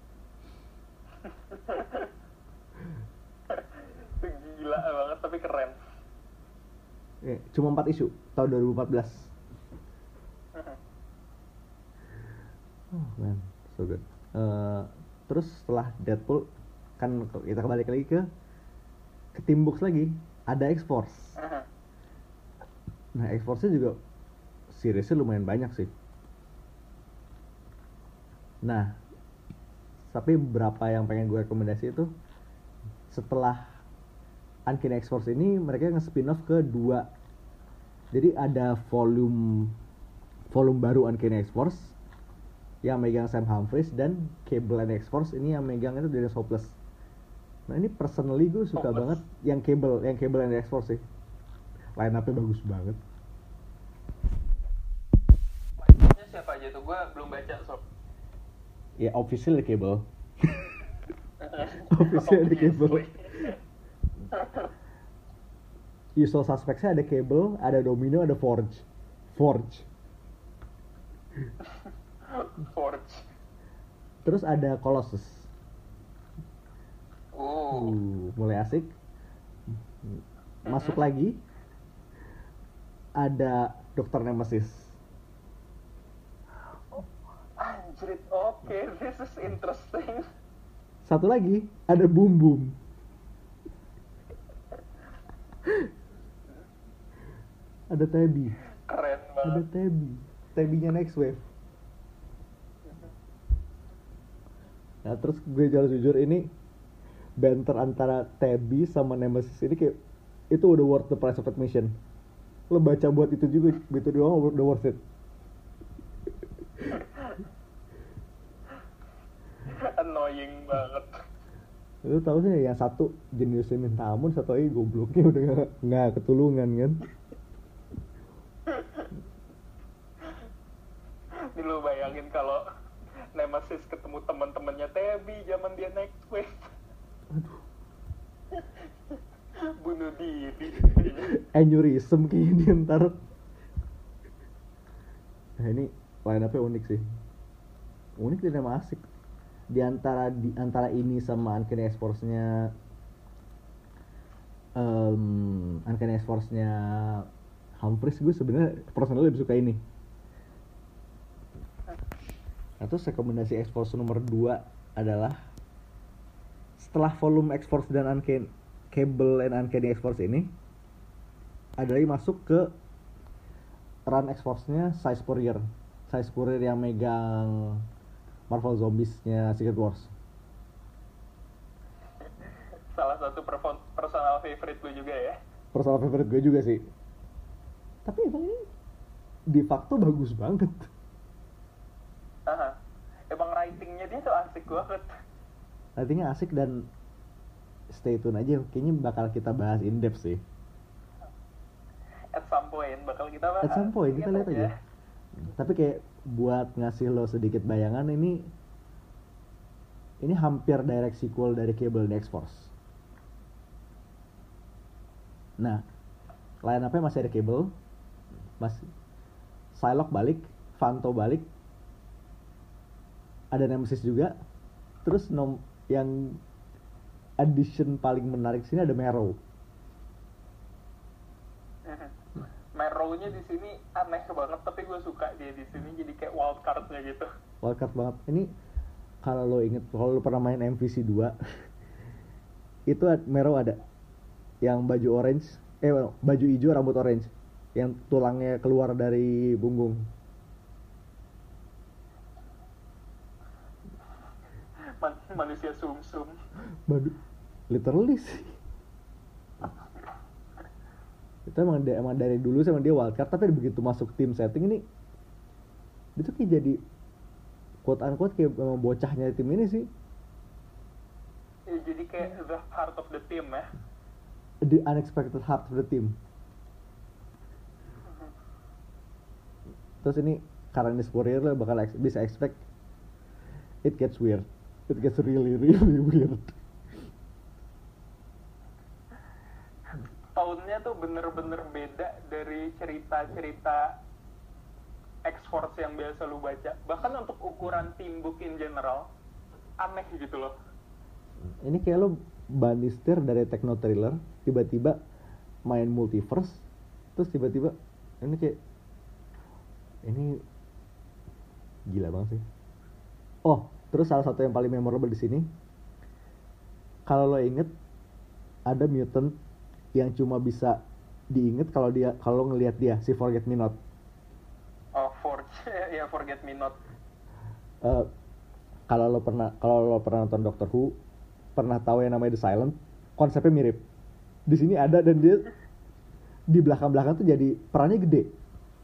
Gila banget tapi keren. Cuma 4 isu tahun 2014. Oh man, so good. Terus setelah Deadpool kan kita kembali lagi ke Team Books lagi, ada X-Force. Nah, X-Force-nya juga seriesnya lumayan banyak sih. Nah, tapi berapa yang pengen gue rekomendasi itu setelah Uncanny X-Force ini mereka nge-spin off ke 2. Jadi ada volume baru Uncanny X-Force yang megang Sam Humphries, dan Cable and X-Force ini yang megang itu Dennis Hopeless. Nah, ini personally gue suka banget yang Cable and X-Force sih. Line up-nya bagus banget. Line-up-nya siapa aja tuh? Gue belum baca sob. Ya official Cable. Official ada Cable. Usual suspects-nya ada Cable, ada Domino, ada Forge. Terus ada Colossus. Mulai asik. Masuk lagi ada Dr. Nemesis. Anjir, oke, this is interesting. Satu lagi ada Boom Boom. Ada Tabby. Keren banget. Ada Tabby-nya Next Wave. Nah, terus gue jujur ini banter antara Tabby sama Nemesis ini kayak itu udah worth the price of admission. Lo baca buat itu juga, gitu doang udah worth it. Annoying banget. Lo tau sih yang satu jeniusnya minta ampun, satu lagi gobloknya udah nggak ketulungan kan. Ini lo bayangin kalau Nemesis ketemu teman-temannya Tabby zaman dia Next Wave. Aduh. Bunuh diri. Aneurysm kayaknya dia ntar. Nah, ini line up-nya unik sih. unik dan emang asik. Di antara ini sama Uncanny X-Force-nya Uncanny X-Force-nya Humphries, gue sebenarnya personal lebih suka ini. Nah, terus rekomendasi X-Force nomor 2 adalah setelah volume X-Force dan Uncanny Cable and Uncanny X-Force ini ada lagi masuk ke run X-Force-nya Cy Spurrier yang megang Marvel Zombies-nya Secret Wars. Salah satu personal favorite gue juga ya. Personal favorite gue juga sih. Tapi emang ini de facto bagus banget. Aha. Emang writingnya dia tuh asik banget. Artinya asik dan stay tune aja. Kayaknya bakal kita bahas in depth sih. At some point bakal kita bahas. At some point kita lihat aja. Tapi kayak buat ngasih lo sedikit bayangan, ini hampir direct sequel dari Cable dan X-Force. Nah, line up-nya masih ada Cable, masih Psylocke balik, Vanto balik, ada Nemesis juga. Terus yang addition paling menarik sini ada Marrow. Marrow-nya di sini aneh banget, tapi gue suka dia di sini jadi kayak wild card-nya gitu. Wild card banget. Ini kalau lo pernah main MVC 2 itu Marrow ada yang baju orange, baju hijau rambut orange, yang tulangnya keluar dari punggung. Manusia sumsum. Literally sih. Itu emang dari dulu sama dia wildcard, tapi begitu masuk tim setting ini dia tuh kayak jadi quote unquote kayak memang bocahnya tim ini sih. Ya, jadi kayak the heart of the team ya. The unexpected heart of the team. Terus ini karena ini Spurrier lo bakal bisa expect it gets weird. It gets really really weird. Tahunnya tuh bener-bener beda dari cerita-cerita X-Force yang biasa lu baca. Bahkan untuk ukuran team book in general, aneh gitu loh. Ini kayak lo Bannister dari Techno Thriller, tiba-tiba main multiverse, terus tiba-tiba ini gila banget sih. Oh, terus salah satu yang paling memorable di sini, kalau lo inget, ada mutant yang cuma bisa diinget kalau ngelihat dia, si Forget Me Not. Oh, ya Forget Me Not. Kalau lo pernah nonton Doctor Who, pernah tahu yang namanya The Silent, konsepnya mirip. Di sini ada, dan dia di belakang tuh jadi perannya gede.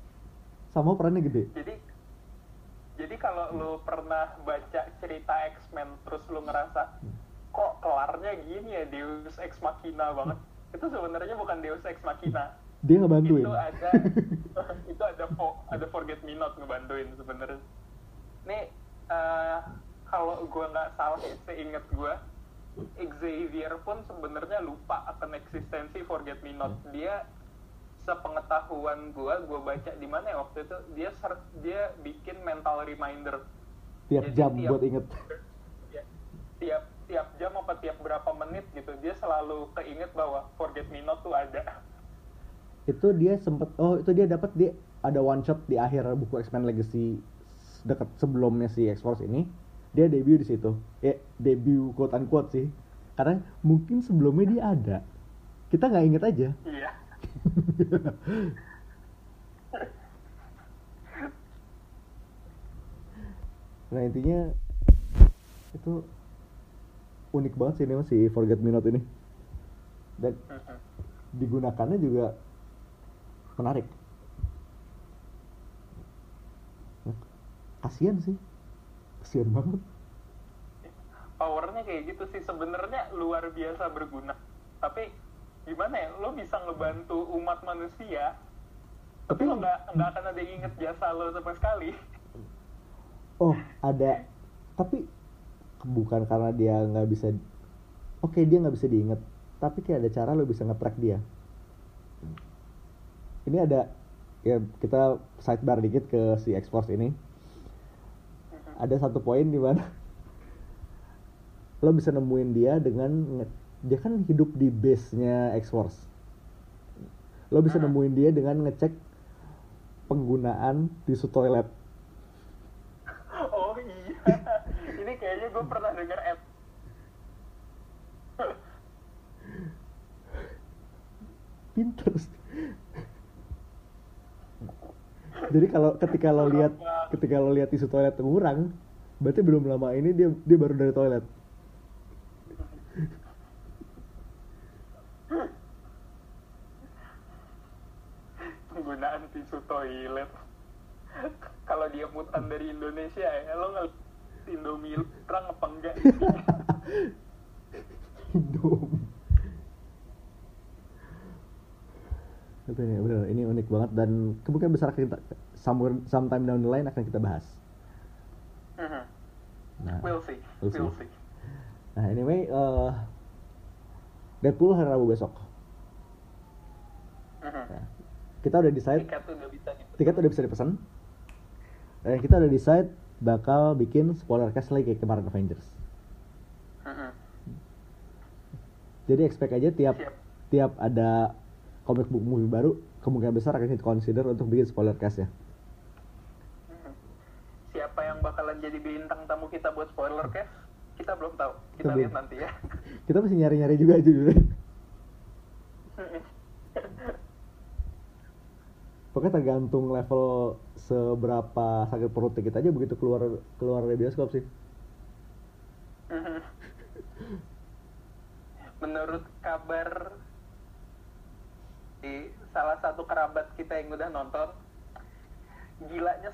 Jadi kalau lo pernah baca cerita X-Men terus lo ngerasa kok kelarnya gini ya, Deus Ex Machina banget. Itu sebenarnya bukan Deus Ex Machina. Dia ngebantuin. Itu ada Forget Me Not ngebantuin sebenarnya. Nih kalau gue nggak salah ya, seingat gue, Xavier pun sebenarnya lupa akan eksistensi Forget Me Not. Dia, sepengetahuan gue baca di mana ya waktu itu, dia bikin mental reminder tiap jam buat inget. Tiap jam apa tiap berapa menit gitu, dia selalu keinget bahwa Forget Me Not tuh ada. Itu dia dapat ada one shot di akhir buku X-Men Legacy dekat sebelumnya si X-Force ini. Dia debut di situ. Debut quote unquote sih. Karena mungkin sebelumnya dia ada. Kita nggak inget aja. Iya. Nah, intinya itu unik banget sih ini si Forget Me Not ini. Dan digunakannya juga menarik. Kasian banget. Powernya kayak gitu sih, sebenarnya luar biasa berguna. Tapi gimana ya, lo bisa ngebantu umat manusia, tapi lo nggak akan ada yang inget jasa lo sama sekali. Oh, ada. Tapi bukan karena dia nggak bisa. Dia nggak bisa diinget. Tapi kayak ada cara lo bisa nge-track dia. Ini ada, ya kita sidebar dikit ke si X-Force ini. ada satu poin di mana lo bisa nemuin dia dengan dia kan hidup di base-nya X-Force. Lo bisa nemuin dia dengan ngecek penggunaan tisu toilet. Oh iya, ini kayaknya gue pernah denger Pinter. Jadi kalau ketika lo lihat tisu toilet kurang, berarti belum lama ini dia baru dari toilet. Penggunaan tisu toilet. Kalau dia mutan dari Indonesia ya, lo ngeliat Indomie perang apa enggak? Indomie. Itu nih, bener, ini unik banget dan kemungkinan besar kita sometime down the line akan kita bahas. Nah, We'll see. Nah, anyway, Deadpool hari Rabu besok. Nah, kita udah decide. Tiket udah bisa dipesan. Dan kita udah decide bakal bikin spoiler cast lagi kayak kemarin Avengers. Jadi expect aja tiap ada comic book movie baru, kemungkinan besar akan kita consider untuk bikin spoiler cast ya. Siapa yang bakalan jadi bintang tamu kita buat spoiler cast? Kita belum tahu. Kita lihat nanti ya. Kita masih nyari-nyari juga aja dulu. Pokoknya tergantung level seberapa sakit perutnya kita aja begitu keluar dari bioskop sih. Menurut kabar di salah satu kerabat kita yang udah nonton, gilanya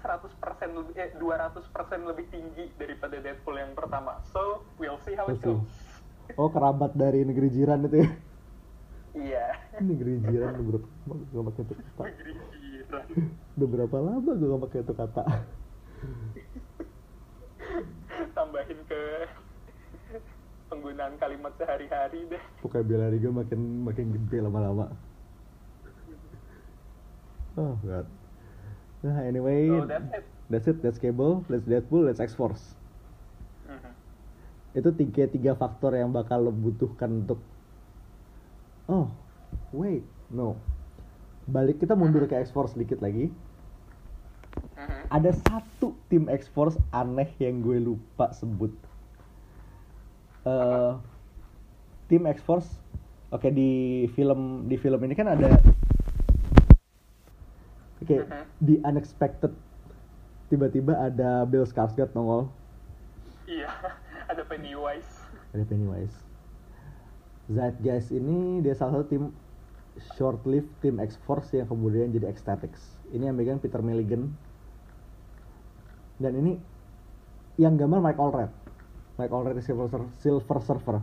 200% lebih tinggi daripada Deadpool yang pertama. So, we'll see how it goes. Oh, kerabat dari negeri jiran itu ya? Iya. Negeri jiran udah berapa lama gue gak pakai itu kata. Negeri jiran. Udah berapa lama gue gak pakai itu kata. Tambahin ke penggunaan kalimat sehari-hari deh. Vocabulary gue makin gede lama-lama. Oh god. Nah anyway, So that's Cable, that's Deadpool, that's X-Force. Itu tiga faktor yang bakal lo butuhkan untuk kita mundur ke X-Force sedikit lagi. Ada satu tim X-Force aneh yang gue lupa sebut. Tim X-Force, oke, di film ini kan ada di unexpected tiba-tiba ada Bill Skarsgård nongol. Iya, ada Pennywise. Zeitgeist ini dia salah satu tim short-lived tim X-Force yang kemudian jadi X-Statix. Ini yang megang Peter Milligan. Dan ini yang gambar Mike Allred di Silver Surfer.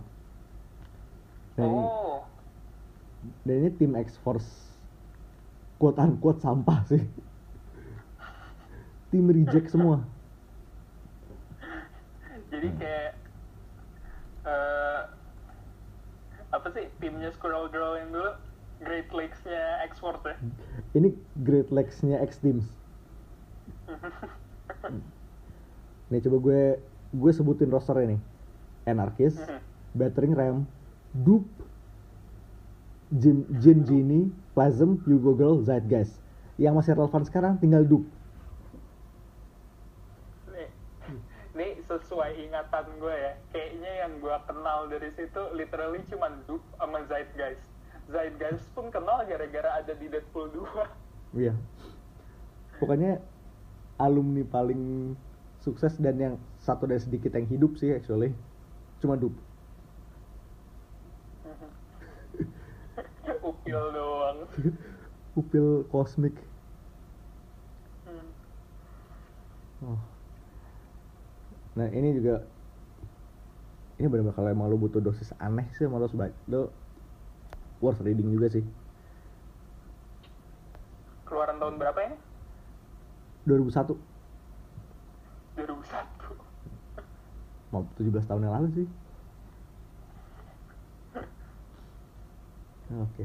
Dan ini tim X-Force quote-unquote sampah sih. Tim reject semua. Jadi kayak apa sih timnya Squirrel Girl yang dulu, Great Lakes-nya X-Force ya? Ini Great Lakes-nya X-Teams. Nih coba gue sebutin rosternya nih. Anarchist, Battering Ram, Dupe, Jin Genie, Plasm, Hugo Girl, Zeitgeist. Yang masih relevan sekarang tinggal Dupe. Nih sesuai ingatan gue ya, kayaknya yang gue kenal dari situ literally cuma Dupe sama Zeitgeist. Zeitgeist pun kenal gara-gara ada di Deadpool 2. Iya. Pokoknya alumni paling sukses dan yang satu dari sedikit yang hidup sih actually cuma Dupe. Upil doang. Upil kosmik. Nah ini benar-benar kalau emang lo butuh dosis aneh sih, malah lo worth reading juga sih. Keluaran tahun berapa ini? 2001. Mau 17 tahun yang lalu sih. Oke.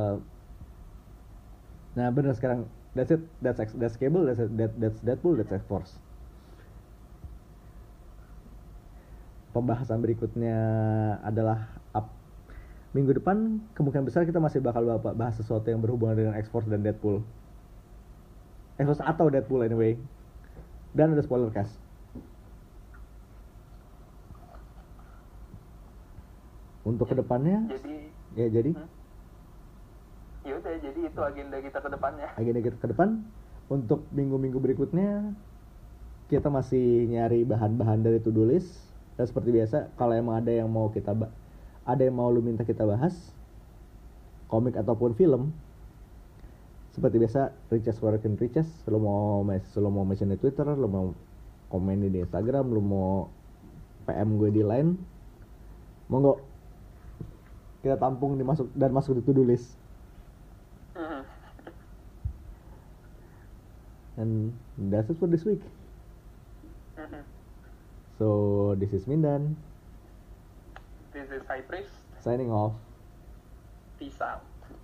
Nah benar sekarang that's Cable, that's Deadpool, that's X-Force. pembahasan berikutnya adalah minggu depan kemungkinan besar kita masih bakal bahas sesuatu yang berhubungan dengan X-Force dan Deadpool. X-Force atau Deadpool anyway. Dan ada spoiler cast. Untuk kedepannya jadi ya udah, jadi itu agenda kita ke depannya. Agenda kita ke depan untuk minggu-minggu berikutnya kita masih nyari bahan-bahan dari to-do list. Dan seperti biasa, kalau emang ada yang mau lu minta kita bahas, komik ataupun film, seperti biasa, reach us where you can reach us. Lu mau mention di Twitter, lu mau komen di Instagram, lu mau PM gue di Line, monggo kita tampung masuk di to-do list. And that's it for this week. So this is Mindan. This is High Priest. Signing off. Peace out.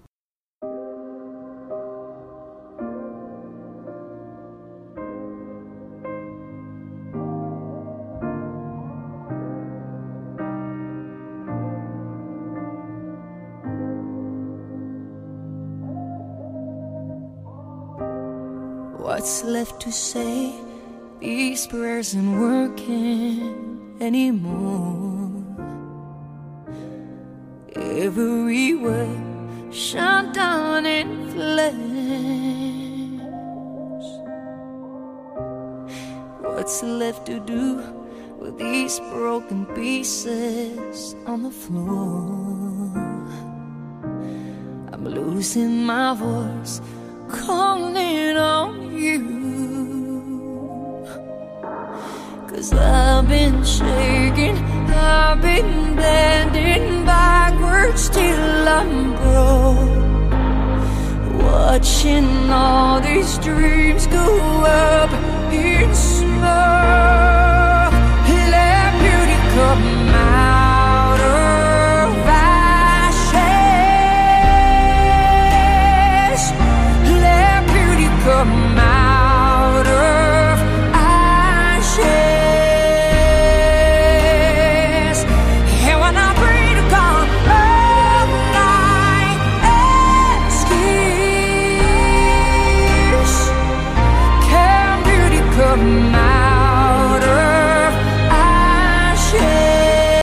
What's left to say? These prayers aren't working anymore. Every word shut down in flames. What's left to do with these broken pieces on the floor? I'm losing my voice, calling on you. 'Cause I've been shaking, I've been bending backwards till I'm broke, watching all these dreams go up in smoke. Let beauty come